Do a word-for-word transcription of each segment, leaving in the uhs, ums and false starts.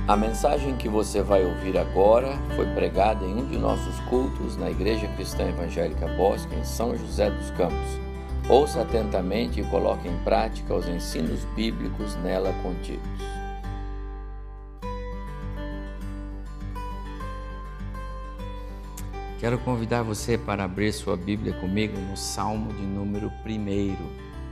A mensagem que você vai ouvir agora foi pregada em um de nossos cultos na Igreja Cristã Evangélica Bosque, em São José dos Campos. Ouça atentamente e coloque em prática os ensinos bíblicos nela contidos. Quero convidar você para abrir sua Bíblia comigo no Salmo de número primeiro.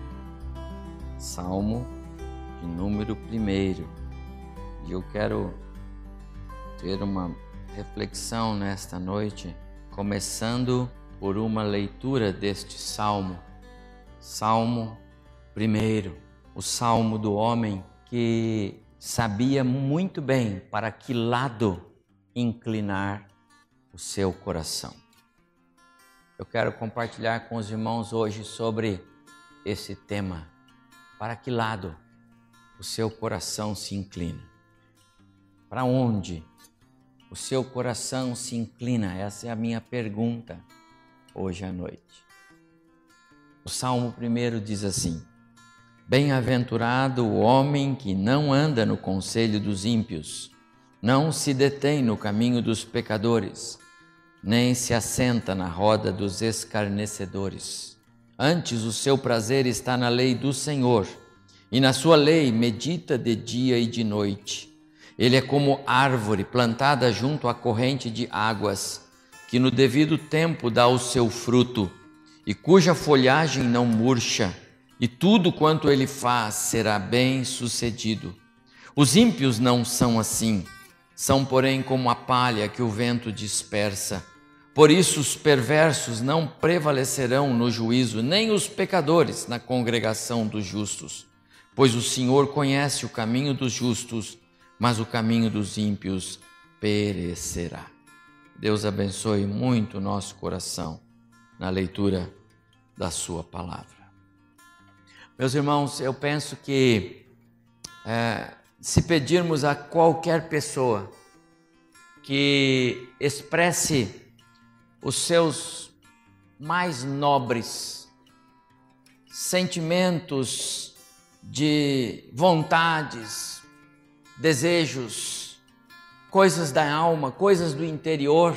Salmo de número primeiro. E eu quero ter uma reflexão nesta noite, começando por uma leitura deste Salmo. Salmo primeiro, o Salmo do homem que sabia muito bem para que lado inclinar o seu coração. Eu quero compartilhar com os irmãos hoje sobre esse tema. Para que lado o seu coração se inclina? Para onde o seu coração se inclina? Essa é a minha pergunta hoje à noite. O Salmo primeiro diz assim: Bem-aventurado o homem que não anda no conselho dos ímpios, não se detém no caminho dos pecadores, nem se assenta na roda dos escarnecedores. Antes o seu prazer está na lei do Senhor, e na sua lei medita de dia e de noite. Ele é como árvore plantada junto à corrente de águas, que no devido tempo dá o seu fruto, e cuja folhagem não murcha, e tudo quanto ele faz será bem sucedido. Os ímpios não são assim, são porém como a palha que o vento dispersa. Por isso os perversos não prevalecerão no juízo, nem os pecadores na congregação dos justos. Pois o Senhor conhece o caminho dos justos, mas o caminho dos ímpios perecerá. Deus abençoe muito o nosso coração na leitura da sua palavra. Meus irmãos, eu penso que é, se pedirmos a qualquer pessoa que expresse os seus mais nobres sentimentos de vontades, desejos, coisas da alma, coisas do interior,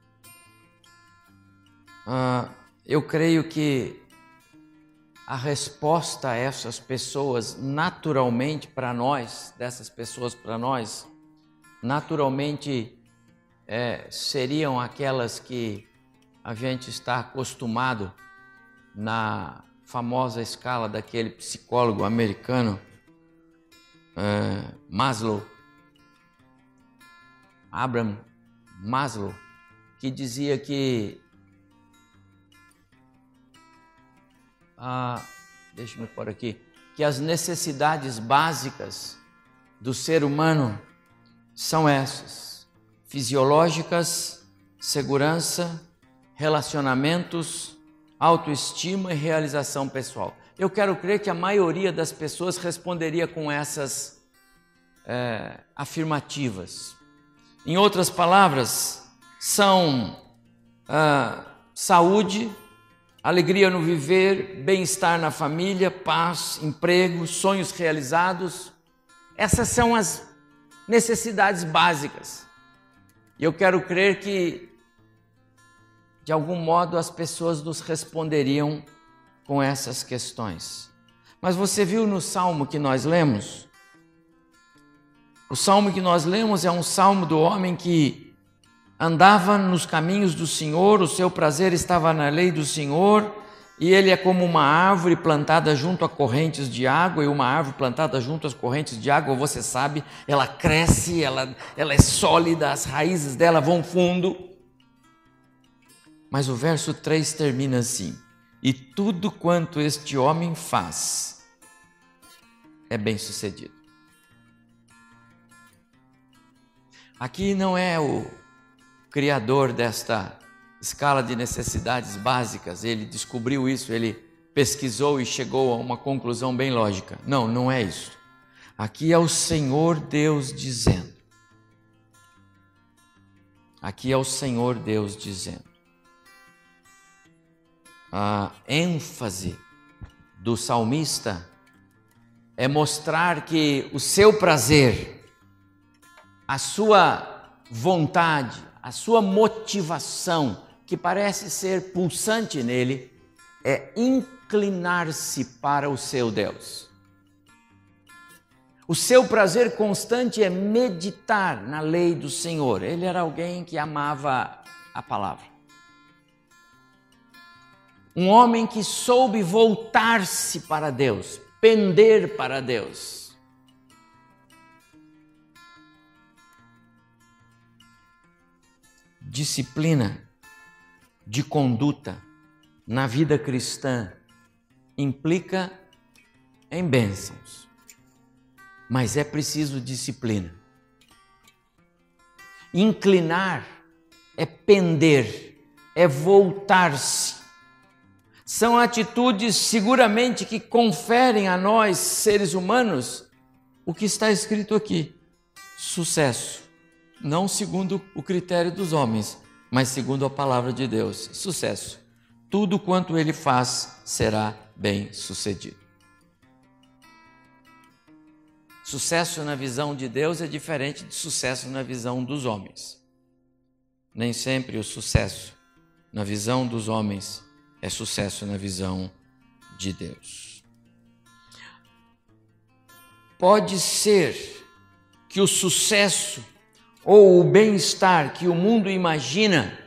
uh, eu creio que a resposta a essas pessoas, naturalmente para nós, dessas pessoas para nós, naturalmente é, seriam aquelas que a gente está acostumado na famosa escala daquele psicólogo americano, Uh, Maslow, Abraham Maslow, que dizia que, uh, deixa-me pôr aqui, que as necessidades básicas do ser humano são essas: fisiológicas, segurança, relacionamentos, autoestima e realização pessoal. Eu quero crer que a maioria das pessoas responderia com essas é, afirmativas. Em outras palavras, são ah, saúde, alegria no viver, bem-estar na família, paz, emprego, sonhos realizados. Essas são as necessidades básicas. E eu quero crer que, de algum modo, as pessoas nos responderiam com essas questões. Mas você viu no salmo que nós lemos? O salmo que nós lemos é um salmo do homem que andava nos caminhos do Senhor, o seu prazer estava na lei do Senhor, e ele é como uma árvore plantada junto a correntes de água, e uma árvore plantada junto às correntes de água, você sabe, ela cresce, ela, ela é sólida, as raízes dela vão fundo. Mas o verso três termina assim: E tudo quanto este homem faz é bem sucedido. Aqui não é o criador desta escala de necessidades básicas, ele descobriu isso, ele pesquisou e chegou a uma conclusão bem lógica. Não, não é isso. Aqui é o Senhor Deus dizendo. Aqui é o Senhor Deus dizendo. A ênfase do salmista é mostrar que o seu prazer a sua vontade, a sua motivação, que parece ser pulsante nele, é inclinar-se para o seu Deus. O seu prazer constante é meditar na lei do Senhor. Ele era alguém que amava a palavra. Um homem que soube voltar-se para Deus, pender para Deus. Disciplina de conduta na vida cristã implica em bênçãos, mas é preciso disciplina. Inclinar é pender, é voltar-se. São atitudes seguramente que conferem a nós, seres humanos, o que está escrito aqui: sucesso, não segundo o critério dos homens, mas segundo a palavra de Deus. Sucesso. Tudo quanto ele faz será bem sucedido. Sucesso na visão de Deus é diferente de sucesso na visão dos homens. Nem sempre o sucesso na visão dos homens é sucesso na visão de Deus. Pode ser que o sucesso ou o bem-estar que o mundo imagina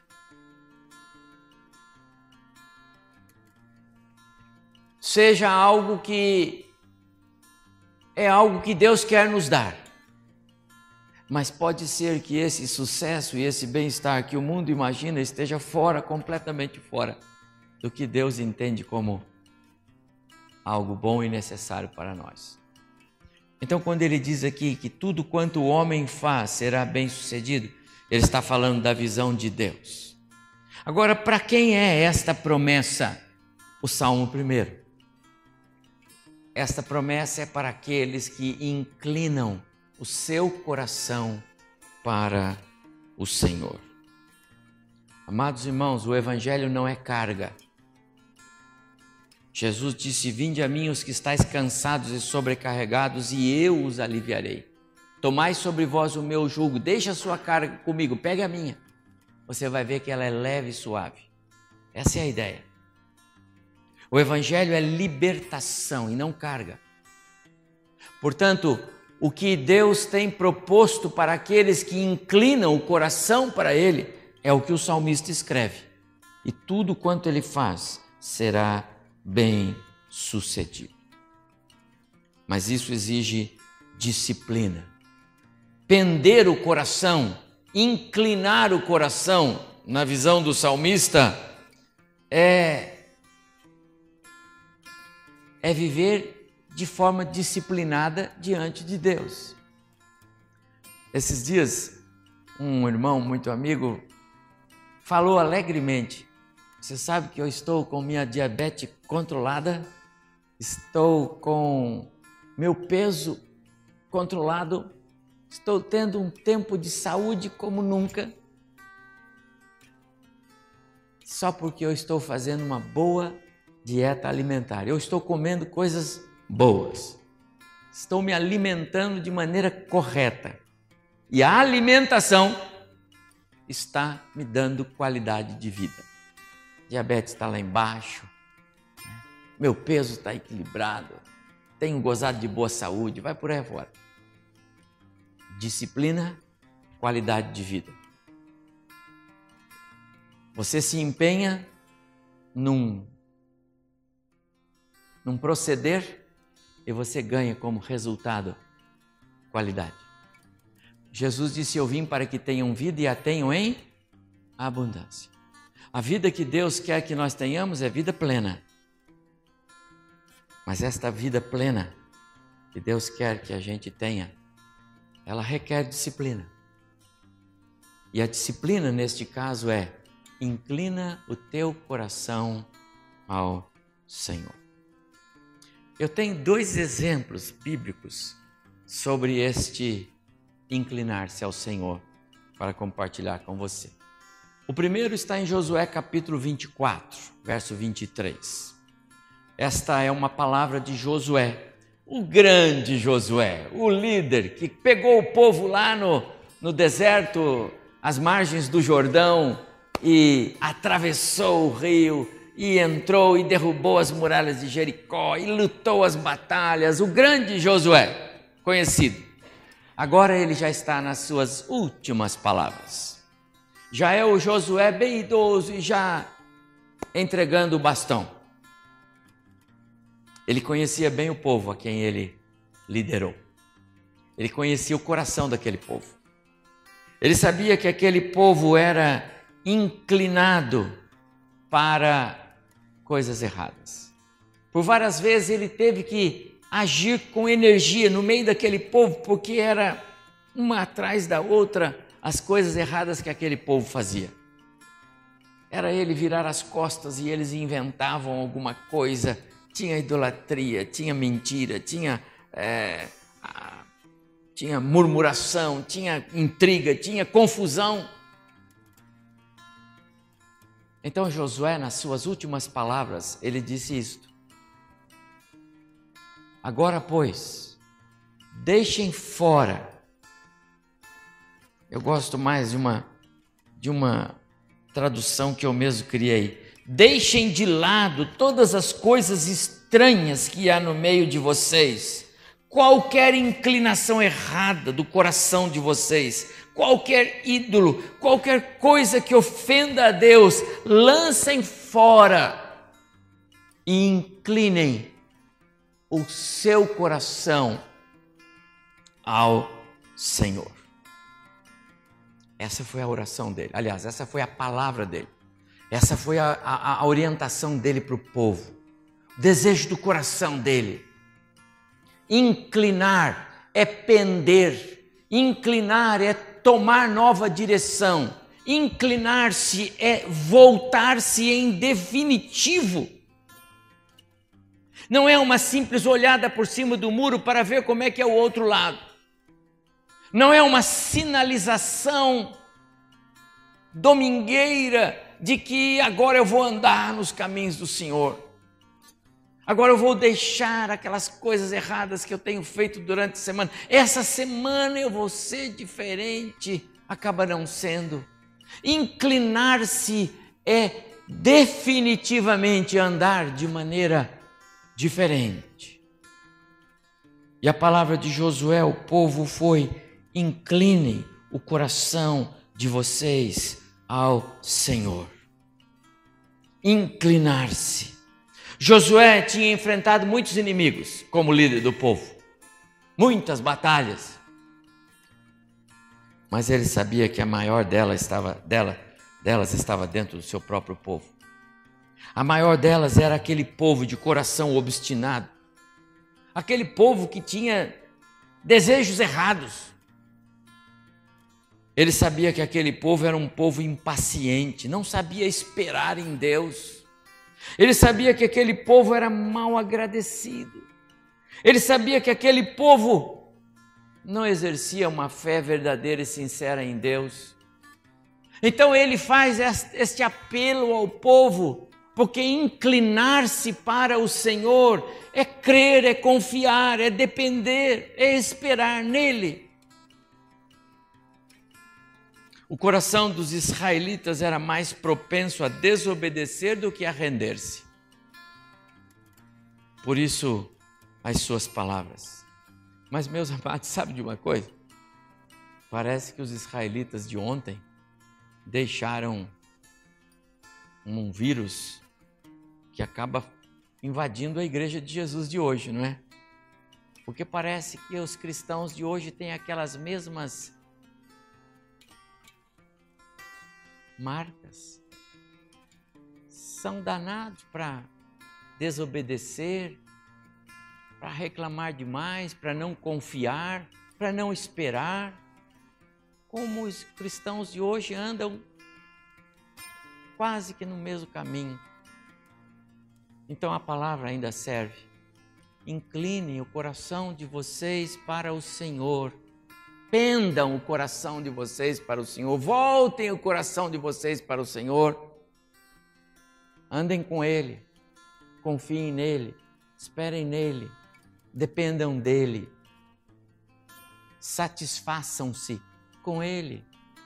seja algo que é algo que Deus quer nos dar. Mas pode ser que esse sucesso e esse bem-estar que o mundo imagina esteja fora, completamente fora do que Deus entende como algo bom e necessário para nós. Então, quando ele diz aqui que tudo quanto o homem faz será bem sucedido, ele está falando da visão de Deus. Agora, para quem é esta promessa? O Salmo primeiro. Esta promessa é para aqueles que inclinam o seu coração para o Senhor. Amados irmãos, o Evangelho não é carga. Jesus disse: vinde a mim os que estáis cansados e sobrecarregados, e eu os aliviarei. Tomai sobre vós o meu jugo, deixa a sua carga comigo, pegue a minha. Você vai ver que ela é leve e suave. Essa é a ideia. O Evangelho é libertação e não carga. Portanto, o que Deus tem proposto para aqueles que inclinam o coração para Ele é o que o salmista escreve. E tudo quanto ele faz será bem sucedido. Mas isso exige disciplina. Pender o coração, inclinar o coração, na visão do salmista, é, é viver de forma disciplinada diante de Deus. Esses dias, um irmão muito amigo falou alegremente: você sabe que eu estou com minha diabetes controlada, estou com meu peso controlado, estou tendo um tempo de saúde como nunca, só porque eu estou fazendo uma boa dieta alimentar. Eu estou comendo coisas boas, estou me alimentando de maneira correta, e a alimentação está me dando qualidade de vida. Diabetes está lá embaixo, meu peso está equilibrado, tenho gozado de boa saúde, vai por aí fora. Disciplina, qualidade de vida. Você se empenha num, num proceder e você ganha como resultado qualidade. Jesus disse: eu vim para que tenham vida e a tenham em abundância. A vida que Deus quer que nós tenhamos é vida plena. Mas esta vida plena que Deus quer que a gente tenha, ela requer disciplina. E a disciplina, neste caso, é: inclina o teu coração ao Senhor. Eu tenho dois exemplos bíblicos sobre este inclinar-se ao Senhor para compartilhar com você. O primeiro está em Josué capítulo vinte e quatro, verso vinte e três. Esta é uma palavra de Josué, o grande Josué, o líder que pegou o povo lá no, no deserto, às margens do Jordão, e atravessou o rio, e entrou e derrubou as muralhas de Jericó, e lutou as batalhas, o grande Josué, conhecido. Agora ele já está nas suas últimas palavras. Já é o Josué bem idoso e já entregando o bastão. Ele conhecia bem o povo a quem ele liderou. Ele conhecia o coração daquele povo. Ele sabia que aquele povo era inclinado para coisas erradas. Por várias vezes ele teve que agir com energia no meio daquele povo, porque era uma atrás da outra as coisas erradas que aquele povo fazia. Era ele virar as costas e eles inventavam alguma coisa, tinha idolatria, tinha mentira, tinha, é, a, tinha murmuração, tinha intriga, tinha confusão. Então Josué, nas suas últimas palavras, ele disse isto: agora, pois, deixem fora. Eu gosto mais de uma, de uma tradução que eu mesmo criei. Deixem de lado todas as coisas estranhas que há no meio de vocês, qualquer inclinação errada do coração de vocês, qualquer ídolo, qualquer coisa que ofenda a Deus, lancem fora e inclinem o seu coração ao Senhor. Essa foi a oração dele. Aliás, essa foi a palavra dele. Essa foi a, a, a orientação dele para o povo. O desejo do coração dele. Inclinar é pender. Inclinar é tomar nova direção. Inclinar-se é voltar-se em definitivo. Não é uma simples olhada por cima do muro para ver como é que é o outro lado. Não é uma sinalização domingueira de que agora eu vou andar nos caminhos do Senhor. Agora eu vou deixar aquelas coisas erradas que eu tenho feito durante a semana. Essa semana eu vou ser diferente. Acaba não sendo. Inclinar-se é definitivamente andar de maneira diferente. E a palavra de Josué, o povo foi: inclinem o coração de vocês ao Senhor. Inclinar-se. Josué tinha enfrentado muitos inimigos como líder do povo, muitas batalhas, mas ele sabia que a maior delas estava, dela, delas estava dentro do seu próprio povo. A maior delas era aquele povo de coração obstinado, aquele povo que tinha desejos errados. Ele sabia que aquele povo era um povo impaciente, não sabia esperar em Deus. Ele sabia que aquele povo era mal agradecido. Ele sabia que aquele povo não exercia uma fé verdadeira e sincera em Deus. Então ele faz este apelo ao povo, porque inclinar-se para o Senhor é crer, é confiar, é depender, é esperar nele. O coração dos israelitas era mais propenso a desobedecer do que a render-se. Por isso, as suas palavras. Mas, meus amados, sabe de uma coisa? Parece que os israelitas de ontem deixaram um vírus que acaba invadindo a igreja de Jesus de hoje, não é? Porque parece que os cristãos de hoje têm aquelas mesmas marcas. São danados para desobedecer, para reclamar demais, para não confiar, para não esperar. Como os cristãos de hoje andam quase que no mesmo caminho. Então a palavra ainda serve. Inclinem o coração de vocês para o Senhor. Pendam o coração de vocês para o Senhor. Voltem o coração de vocês para o Senhor. Andem com Ele. Confiem nele. Esperem nele. dependam dele, satisfaçam-se com ele.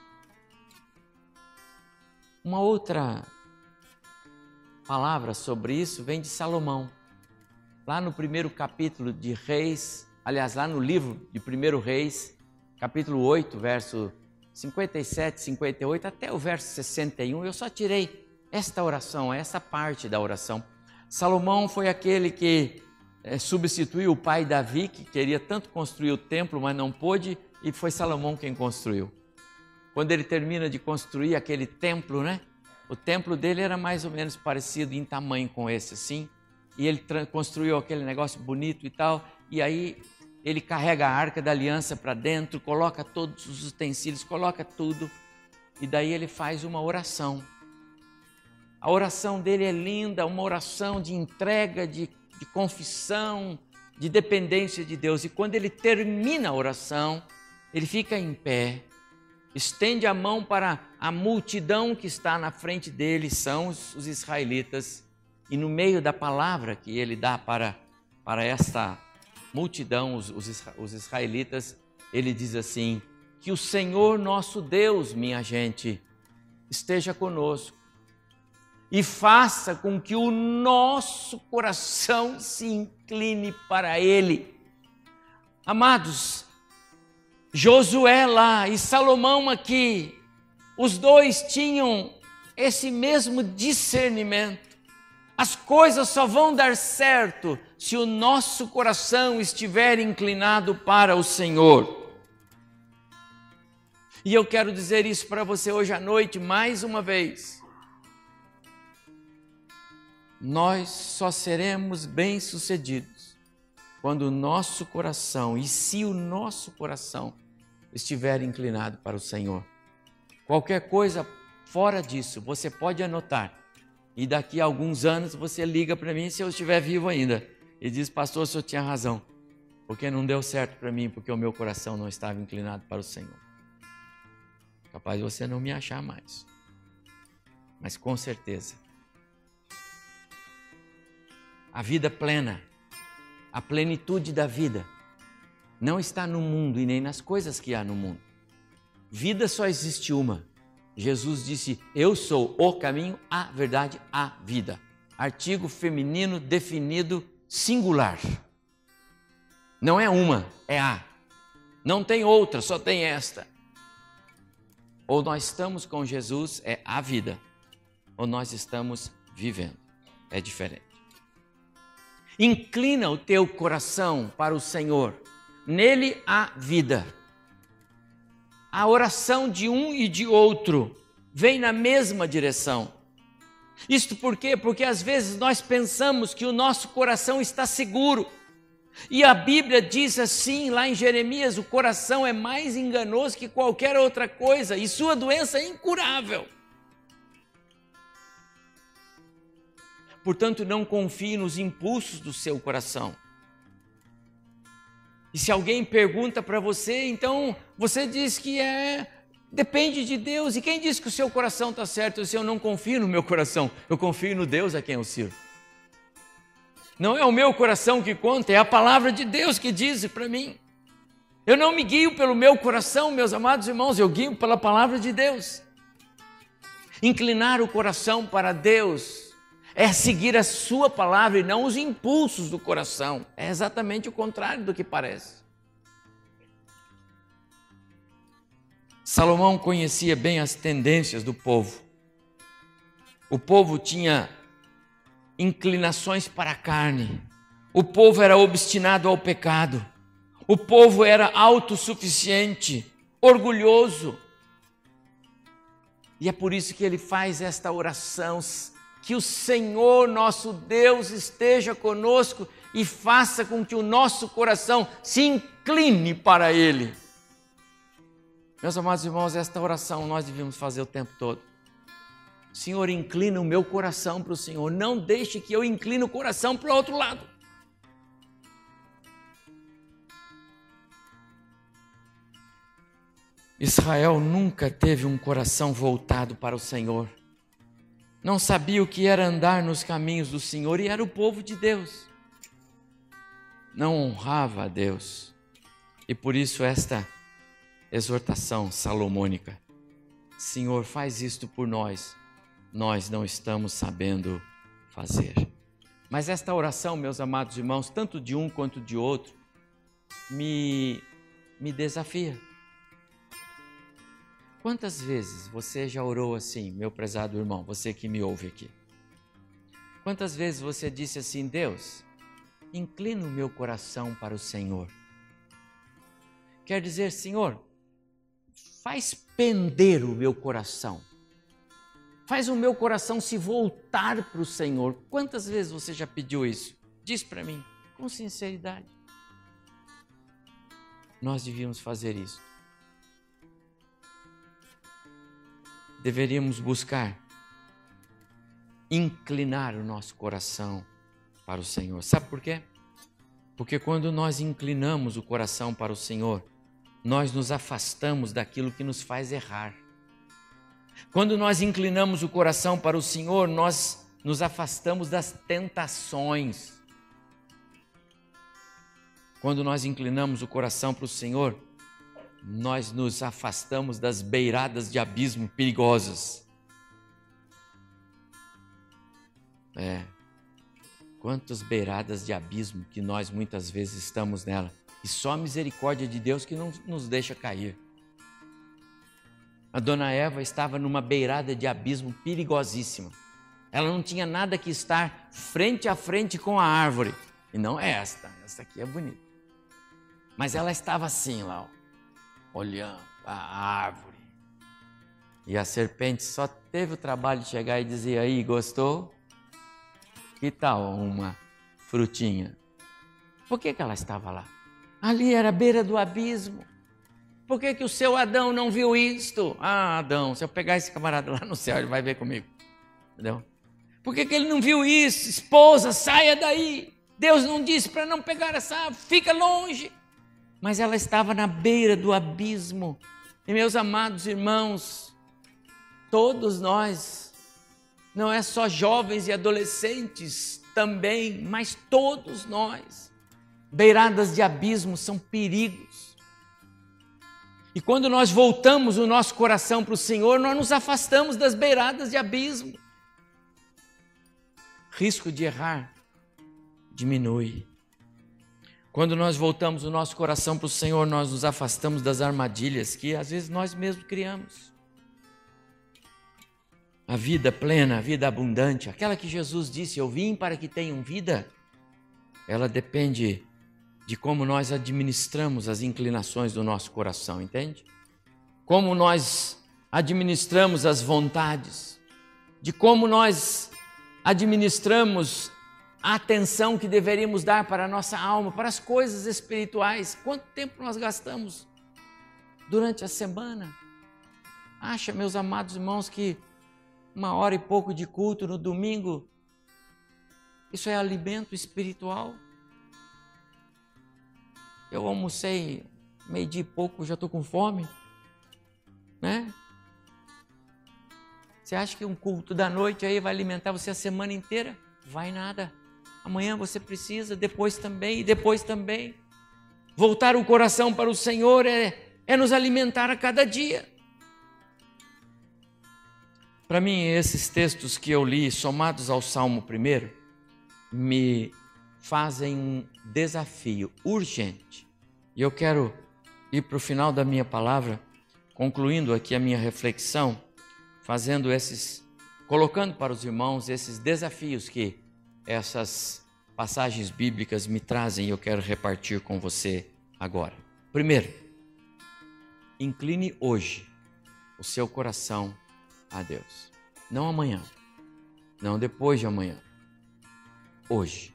Uma outra palavra sobre isso vem de Salomão. Lá no primeiro capítulo de Reis, aliás, lá no livro de primeiro Reis, capítulo oito, verso cinquenta e sete, cinquenta e oito, até o verso sessenta e um, eu só tirei esta oração, essa parte da oração. Salomão foi aquele que é, substituiu o pai Davi, que queria tanto construir o templo, mas não pôde, e foi Salomão quem construiu. Quando ele termina de construir aquele templo, né? O templo dele era mais ou menos parecido em tamanho com esse, assim, e ele construiu aquele negócio bonito e tal, e aí ele carrega a Arca da Aliança para dentro, coloca todos os utensílios, coloca tudo, e daí ele faz uma oração. A oração dele é linda, uma oração de entrega, de, de confissão, de dependência de Deus. E quando ele termina a oração, ele fica em pé, estende a mão para a multidão que está na frente dele, são os, os israelitas, e no meio da palavra que ele dá para, para esta multidão, os, os, os israelitas, ele diz assim: que o Senhor nosso Deus, minha gente, esteja conosco e faça com que o nosso coração se incline para Ele. Amados, Josué lá e Salomão aqui, os dois tinham esse mesmo discernimento. As coisas só vão dar certo se o nosso coração estiver inclinado para o Senhor. E eu quero dizer isso para você hoje à noite, mais uma vez. Nós só seremos bem-sucedidos quando o nosso coração, e se o nosso coração estiver inclinado para o Senhor. Qualquer coisa fora disso, você pode anotar. E daqui a alguns anos você liga para mim, se eu estiver vivo ainda, e diz: pastor, o senhor tinha razão, porque não deu certo para mim, porque o meu coração não estava inclinado para o Senhor. Capaz de você não me achar mais, mas com certeza, a vida plena, a plenitude da vida, não está no mundo e nem nas coisas que há no mundo. Vida só existe uma. Jesus disse: eu sou o caminho, a verdade, a vida. Artigo feminino definido singular. Não é uma, é a. Não tem outra, só tem esta. Ou nós estamos com Jesus, é a vida, ou nós estamos vivendo, é diferente. Inclina o teu coração para o Senhor, nele há vida. A oração de um e de outro vem na mesma direção. Isto por quê? Porque às vezes nós pensamos que o nosso coração está seguro. E a Bíblia diz assim, lá em Jeremias: o coração é mais enganoso que qualquer outra coisa e sua doença é incurável. Portanto, não confie nos impulsos do seu coração. E se alguém pergunta para você, então você diz que é, depende de Deus. E quem diz que o seu coração está certo? Se eu não confio no meu coração, eu confio no Deus a quem eu sirvo. Não é o meu coração que conta, é a palavra de Deus que diz para mim. Eu não me guio pelo meu coração, meus amados irmãos, eu guio pela palavra de Deus. Inclinar o coração para Deus é seguir a sua palavra e não os impulsos do coração. É exatamente o contrário do que parece. Salomão conhecia bem as tendências do povo. O povo tinha inclinações para a carne. O povo era obstinado ao pecado. O povo era autossuficiente, orgulhoso. E é por isso que ele faz esta oração: que o Senhor nosso Deus esteja conosco e faça com que o nosso coração se incline para Ele. Meus amados irmãos, esta oração nós devíamos fazer o tempo todo. Senhor, inclina o meu coração para o Senhor, não deixe que eu incline o coração para o outro lado. Israel nunca teve um coração voltado para o Senhor. Não sabia o que era andar nos caminhos do Senhor e era o povo de Deus. não honrava a Deus. E por isso esta exortação salomônica: Senhor, faz isto por nós, nós não estamos sabendo fazer. Mas esta oração, meus amados irmãos, tanto de um quanto de outro, me, me desafia. Quantas vezes você já orou assim, meu prezado irmão, você que me ouve aqui? Quantas vezes você disse assim: Deus, inclina o meu coração para o Senhor. Quer dizer, Senhor, faz pender o meu coração. Faz o meu coração se voltar para o Senhor. Quantas vezes você já pediu isso? Diz para mim, com sinceridade. Nós devíamos fazer isso. Deveríamos buscar inclinar o nosso coração para o Senhor. Sabe por quê? Porque quando nós inclinamos o coração para o Senhor, nós nos afastamos daquilo que nos faz errar. Quando nós inclinamos o coração para o Senhor, nós nos afastamos das tentações. Quando nós inclinamos o coração para o Senhor, nós nos afastamos das beiradas de abismo perigosas. É, quantas beiradas de abismo que nós muitas vezes estamos nela. E só a misericórdia de Deus que não nos deixa cair. A dona Eva estava numa beirada de abismo perigosíssima. Ela não tinha nada que estar frente a frente com a árvore. E não é esta, esta aqui é bonita. Mas ela estava assim lá, ó, olhando a árvore. E a serpente só teve o trabalho de chegar e dizer: aí, gostou? Que tal uma frutinha? Por que que ela estava lá? Ali era a beira do abismo. Por que que o seu Adão não viu isto? Ah, Adão, se eu pegar esse camarada lá no céu, ele vai ver comigo. Entendeu? Por que que ele não viu isso? Esposa, saia daí. Deus não disse para não pegar essa árvore, fica longe. Mas ela estava na beira do abismo. E meus amados irmãos, todos nós, não é só jovens e adolescentes também, mas todos nós, beiradas de abismo são perigos. E quando nós voltamos o nosso coração para o Senhor, nós nos afastamos das beiradas de abismo. Risco de errar diminui. Quando nós voltamos o nosso coração para o Senhor, nós nos afastamos das armadilhas que às vezes nós mesmos criamos. A vida plena, a vida abundante, aquela que Jesus disse: eu vim para que tenham vida, ela depende de como nós administramos as inclinações do nosso coração, entende? Como nós administramos as vontades, de como nós administramos a atenção que deveríamos dar para a nossa alma, para as coisas espirituais. Quanto tempo nós gastamos durante a semana? Acha, meus amados irmãos, que uma hora e pouco de culto no domingo, isso é alimento espiritual? Eu almocei meio-dia e pouco, já estou com fome, né? Você acha que um culto da noite aí vai alimentar você a semana inteira? Vai nada. Amanhã você precisa, depois também, e depois também. Voltar o coração para o Senhor é, é nos alimentar a cada dia. Para mim, esses textos que eu li, somados ao Salmo primeiro, me fazem um desafio urgente. E eu quero ir para o final da minha palavra, concluindo aqui a minha reflexão, fazendo esses, colocando para os irmãos esses desafios que essas passagens bíblicas me trazem e eu quero repartir com você agora. Primeiro, incline hoje o seu coração a Deus. Não amanhã, não depois de amanhã, hoje.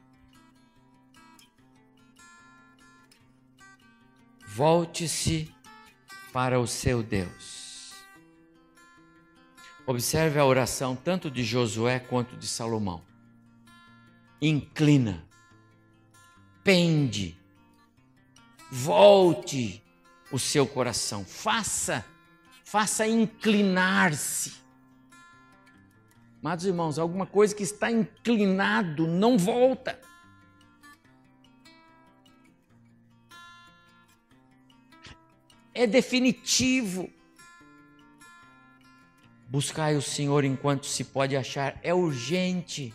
Volte-se para o seu Deus. Observe a oração tanto de Josué quanto de Salomão. Inclina, pende, volte o seu coração, faça, faça inclinar-se. Amados irmãos, alguma coisa que está inclinado não volta. é definitivo. Buscai o Senhor enquanto se pode achar, é urgente.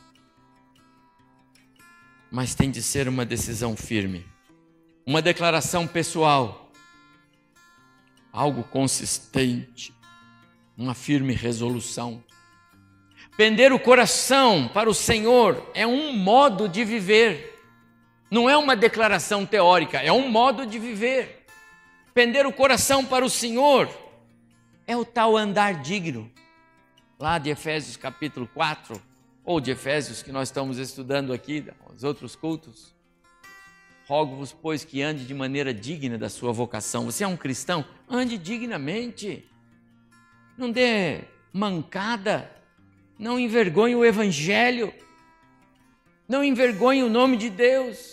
Mas tem de ser uma decisão firme, uma declaração pessoal, algo consistente, uma firme resolução. Pender o coração para o Senhor é um modo de viver, não é uma declaração teórica, é um modo de viver. Pender o coração para o Senhor é o tal andar digno, lá de Efésios capítulo quatro, ou de Efésios que nós estamos estudando aqui, os outros cultos. Rogo-vos, pois, que ande de maneira digna da sua vocação. Você é um cristão? Ande dignamente, não dê mancada, não envergonhe o Evangelho, não envergonhe o nome de Deus.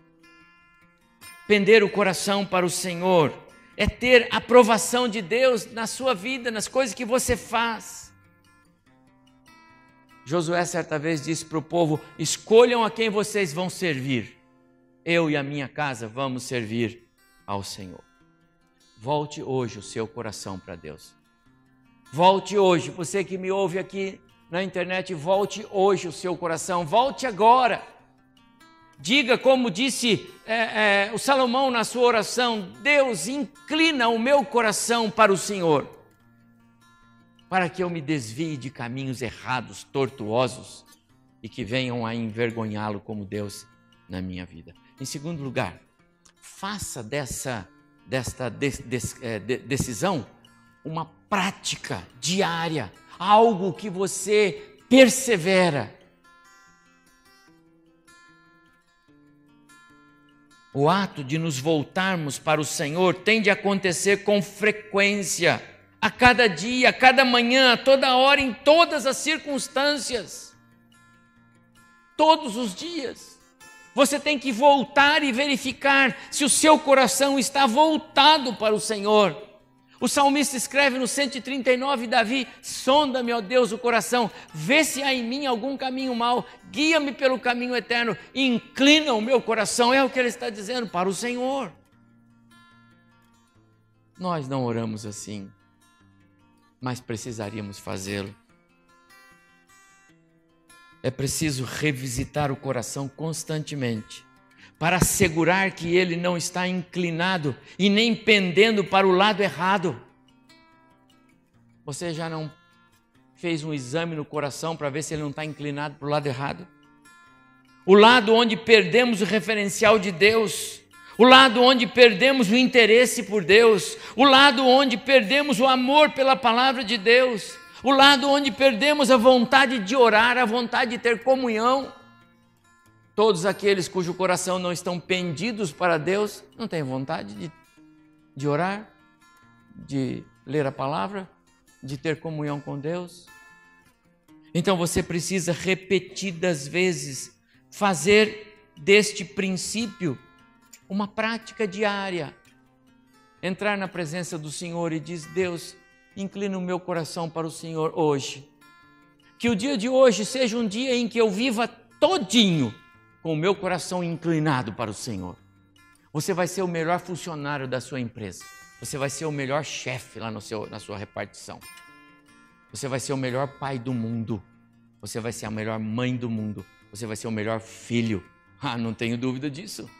Pender o coração para o Senhor é ter a aprovação de Deus na sua vida, nas coisas que você faz. Josué certa vez disse para o povo: escolham a quem vocês vão servir. Eu e a minha casa vamos servir ao Senhor. Volte hoje o seu coração para Deus. Volte hoje, você que me ouve aqui na internet, volte hoje o seu coração, volte agora. Diga como disse é, é, o Salomão na sua oração: Deus, inclina o meu coração para o Senhor, para que eu me desvie de caminhos errados, tortuosos, e que venham a envergonhá-lo como Deus na minha vida. Em segundo lugar, faça dessa, desta de, de, de, decisão uma prática diária, algo que você persevera. O ato de nos voltarmos para o Senhor tem de acontecer com frequência, a cada dia, a cada manhã, a toda hora, em todas as circunstâncias. Todos os dias. Você tem que voltar e verificar se o seu coração está voltado para o Senhor. O salmista escreve no cento e trinta e nove, Davi: sonda-me, ó Deus, o coração, vê se há em mim algum caminho mau, guia-me pelo caminho eterno, inclina o meu coração. É o que ele está dizendo, para o Senhor. Nós não oramos assim, mas precisaríamos fazê-lo. É preciso revisitar o coração constantemente, para assegurar que ele não está inclinado e nem pendendo para o lado errado. Você já não fez um exame no coração para ver se ele não está inclinado para o lado errado? O lado onde perdemos o referencial de Deus, o lado onde perdemos o interesse por Deus, o lado onde perdemos o amor pela palavra de Deus, o lado onde perdemos a vontade de orar, a vontade de ter comunhão. Todos aqueles cujo coração não estão pendidos para Deus, não têm vontade de, de orar, de ler a palavra, de ter comunhão com Deus. Então você precisa repetidas vezes fazer deste princípio uma prática diária. Entrar na presença do Senhor e dizer: Deus, inclina o meu coração para o Senhor hoje. Que o dia de hoje seja um dia em que eu viva todinho com o meu coração inclinado para o Senhor. Você vai ser o melhor funcionário da sua empresa. Você vai ser o melhor chefe lá no seu, na sua repartição. Você vai ser o melhor pai do mundo. Você vai ser a melhor mãe do mundo. Você vai ser o melhor filho. Ah, não tenho dúvida disso.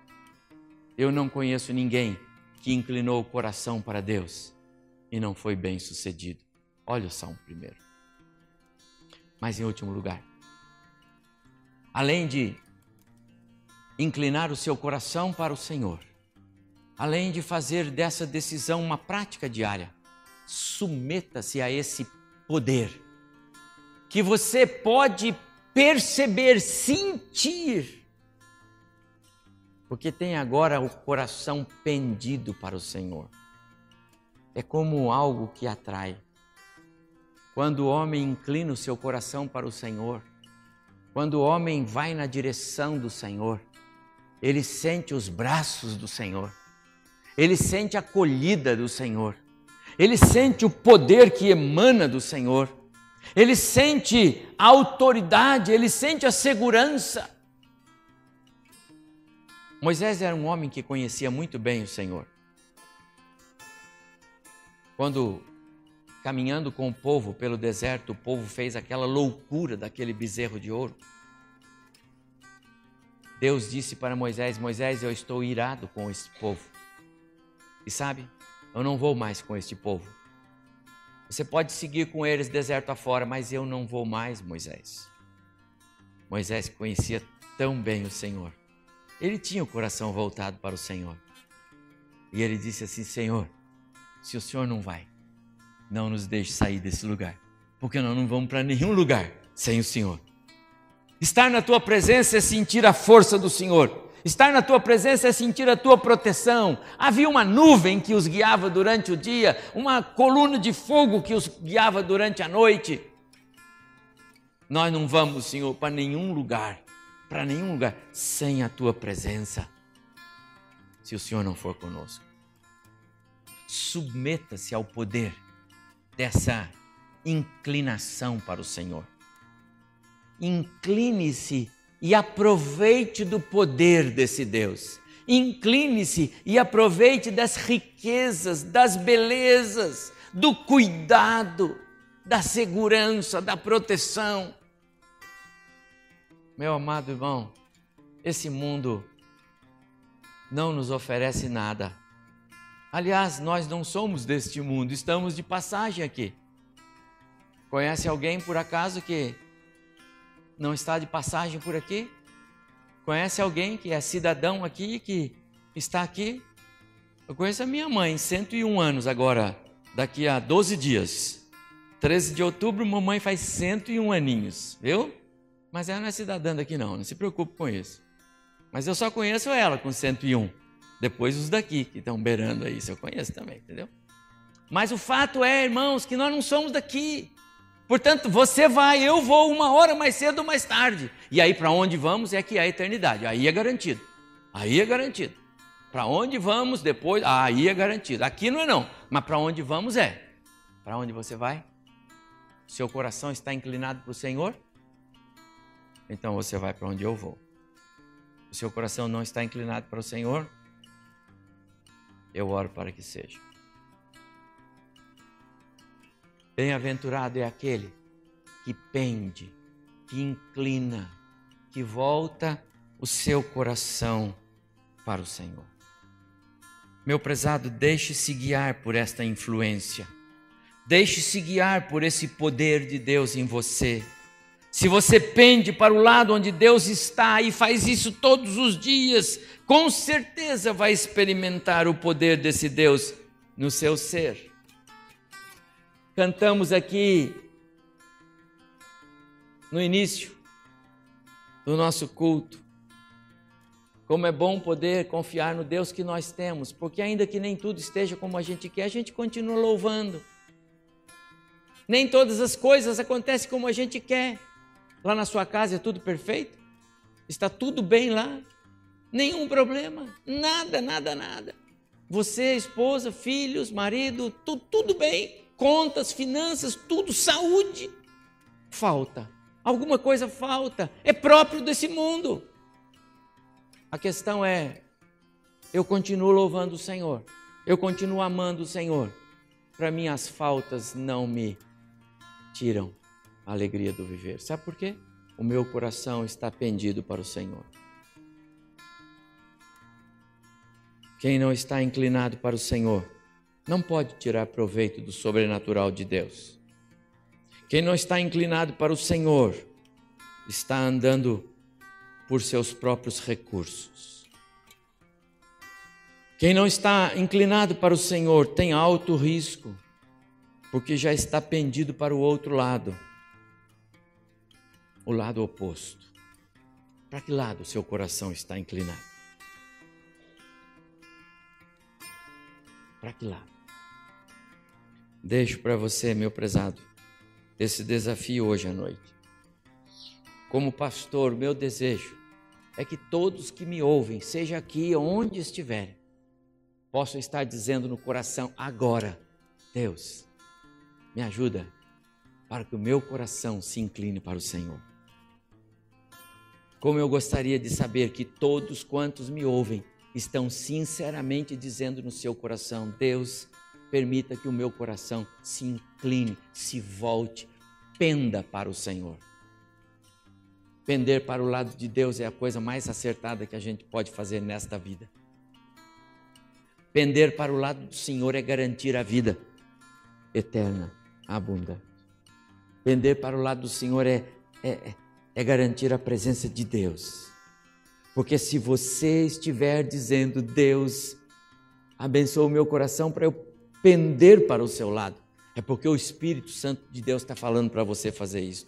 Eu não conheço ninguém que inclinou o coração para Deus e não foi bem sucedido. Olha o Salmo primeiro. Mas em último lugar, além de inclinar o seu coração para o Senhor, além de fazer dessa decisão uma prática diária, submeta-se a esse poder que você pode perceber, sentir, porque tem agora o coração pendido para o Senhor. É como algo que atrai. Quando o homem inclina o seu coração para o Senhor, quando o homem vai na direção do Senhor, ele sente os braços do Senhor, ele sente a acolhida do Senhor, ele sente o poder que emana do Senhor, ele sente a autoridade, ele sente a segurança. Moisés era um homem que conhecia muito bem o Senhor. Quando, caminhando com o povo pelo deserto, o povo fez aquela loucura daquele bezerro de ouro. Deus disse para Moisés: Moisés, eu estou irado com esse povo. E sabe, eu não vou mais com este povo. Você pode seguir com eles deserto afora, mas eu não vou mais, Moisés. Moisés conhecia tão bem o Senhor. Ele tinha o coração voltado para o Senhor. E ele disse assim: Senhor, se o Senhor não vai, não nos deixe sair desse lugar, porque nós não vamos para nenhum lugar sem o Senhor. Estar na tua presença é sentir a força do Senhor. Estar na tua presença é sentir a tua proteção. Havia uma nuvem que os guiava durante o dia, uma coluna de fogo que os guiava durante a noite. Nós não vamos, Senhor, para nenhum lugar, para nenhum lugar, sem a tua presença, se o Senhor não for conosco. Submeta-se ao poder dessa inclinação para o Senhor. Incline-se e aproveite do poder desse Deus. Incline-se e aproveite das riquezas, das belezas, do cuidado, da segurança, da proteção. Meu amado irmão, esse mundo não nos oferece nada. Aliás, nós não somos deste mundo, estamos de passagem aqui. Conhece alguém, por acaso, que não está de passagem por aqui? Conhece alguém que é cidadão aqui, que está aqui? Eu conheço a minha mãe, cento e um anos agora, daqui a doze dias. treze de outubro, mamãe faz cento e um aninhos, viu? Mas ela não é cidadã daqui não, não se preocupe com isso. Mas eu só conheço ela com cento e um. Depois os daqui, que estão beirando aí, isso eu conheço também, entendeu? Mas o fato é, irmãos, que nós não somos daqui. Portanto, você vai, eu vou uma hora mais cedo ou mais tarde. E aí para onde vamos é que é a eternidade. Aí é garantido. Aí é garantido. Para onde vamos depois, aí é garantido. Aqui não é não, mas para onde vamos é. Para onde você vai? Seu coração está inclinado para o Senhor? Então você vai para onde eu vou. O seu coração não está inclinado para o Senhor? Eu oro para que seja. Bem-aventurado é aquele que pende, que inclina, que volta o seu coração para o Senhor. Meu prezado, deixe-se guiar por esta influência. Deixe-se guiar por esse poder de Deus em você. Se você pende para o lado onde Deus está e faz isso todos os dias, com certeza vai experimentar o poder desse Deus no seu ser. Cantamos aqui no início do nosso culto, como é bom poder confiar no Deus que nós temos, porque ainda que nem tudo esteja como a gente quer, a gente continua louvando. Nem todas as coisas acontecem como a gente quer. Lá na sua casa é tudo perfeito? Está tudo bem lá? Nenhum problema? Nada, nada, nada. Você, esposa, filhos, marido, tudo, tudo bem. Contas, finanças, tudo, saúde. Falta. Alguma coisa falta. É próprio desse mundo. A questão é, eu continuo louvando o Senhor. Eu continuo amando o Senhor. Para mim as faltas não me tiram a alegria do viver. Sabe por quê? O meu coração está pendido para o Senhor. Quem não está inclinado para o Senhor não pode tirar proveito do sobrenatural de Deus. Quem não está inclinado para o Senhor está andando por seus próprios recursos. Quem não está inclinado para o Senhor tem alto risco, porque já está pendido para o outro lado, o lado oposto. Para que lado o seu coração está inclinado? Para que lado? Deixo para você, meu prezado, esse desafio hoje à noite. Como pastor, meu desejo é que todos que me ouvem, seja aqui ou onde estiverem, possam estar dizendo no coração agora: Deus, me ajuda para que o meu coração se incline para o Senhor. Como eu gostaria de saber que todos quantos me ouvem estão sinceramente dizendo no seu coração: Deus, permita que o meu coração se incline, se volte, penda para o Senhor. Pender para o lado de Deus é a coisa mais acertada que a gente pode fazer nesta vida. Pender para o lado do Senhor é garantir a vida eterna, abundante. Pender para o lado do Senhor é, é, é garantir a presença de Deus. Porque se você estiver dizendo, Deus, abençoa o meu coração para eu pender para o seu lado, é porque o Espírito Santo de Deus está falando para você fazer isso.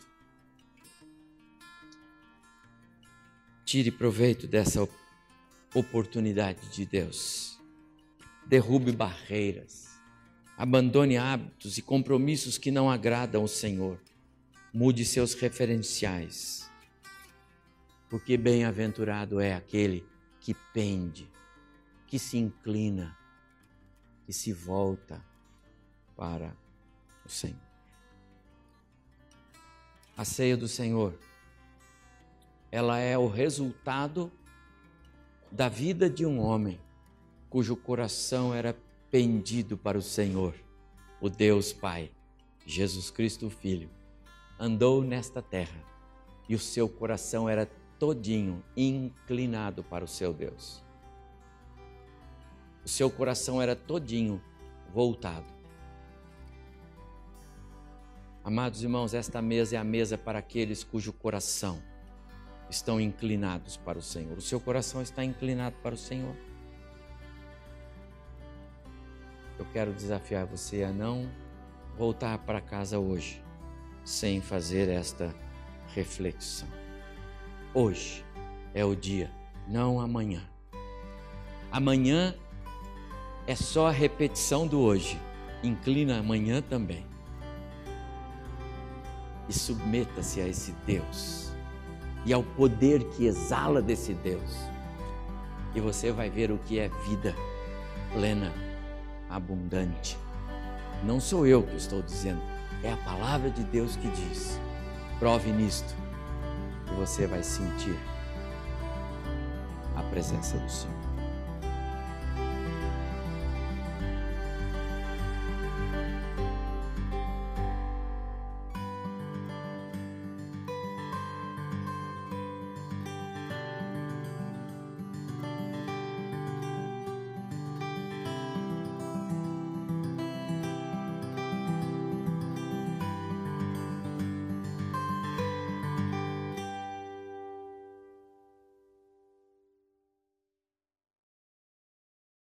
Tire proveito dessa oportunidade de Deus. Derrube barreiras. Abandone hábitos e compromissos que não agradam ao Senhor. Mude seus referenciais. Porque bem-aventurado é aquele que pende, que se inclina, que se volta para o Senhor. A ceia do Senhor, ela é o resultado da vida de um homem cujo coração era pendido para o Senhor, o Deus Pai, Jesus Cristo o Filho, andou nesta terra e o seu coração era todinho inclinado para o seu Deus. O seu coração era todinho voltado. Amados irmãos, esta mesa é a mesa para aqueles cujo coração estão inclinados para o Senhor. O seu coração está inclinado para o Senhor? Eu quero desafiar você a não voltar para casa hoje sem fazer esta reflexão. Hoje é o dia, não amanhã. Amanhã é só a repetição do hoje. Inclina amanhã também. E submeta-se a esse Deus e ao poder que exala desse Deus. E você vai ver o que é vida plena, abundante. Não sou eu que estou dizendo, é a palavra de Deus que diz. Prove nisto e você vai sentir a presença do Senhor.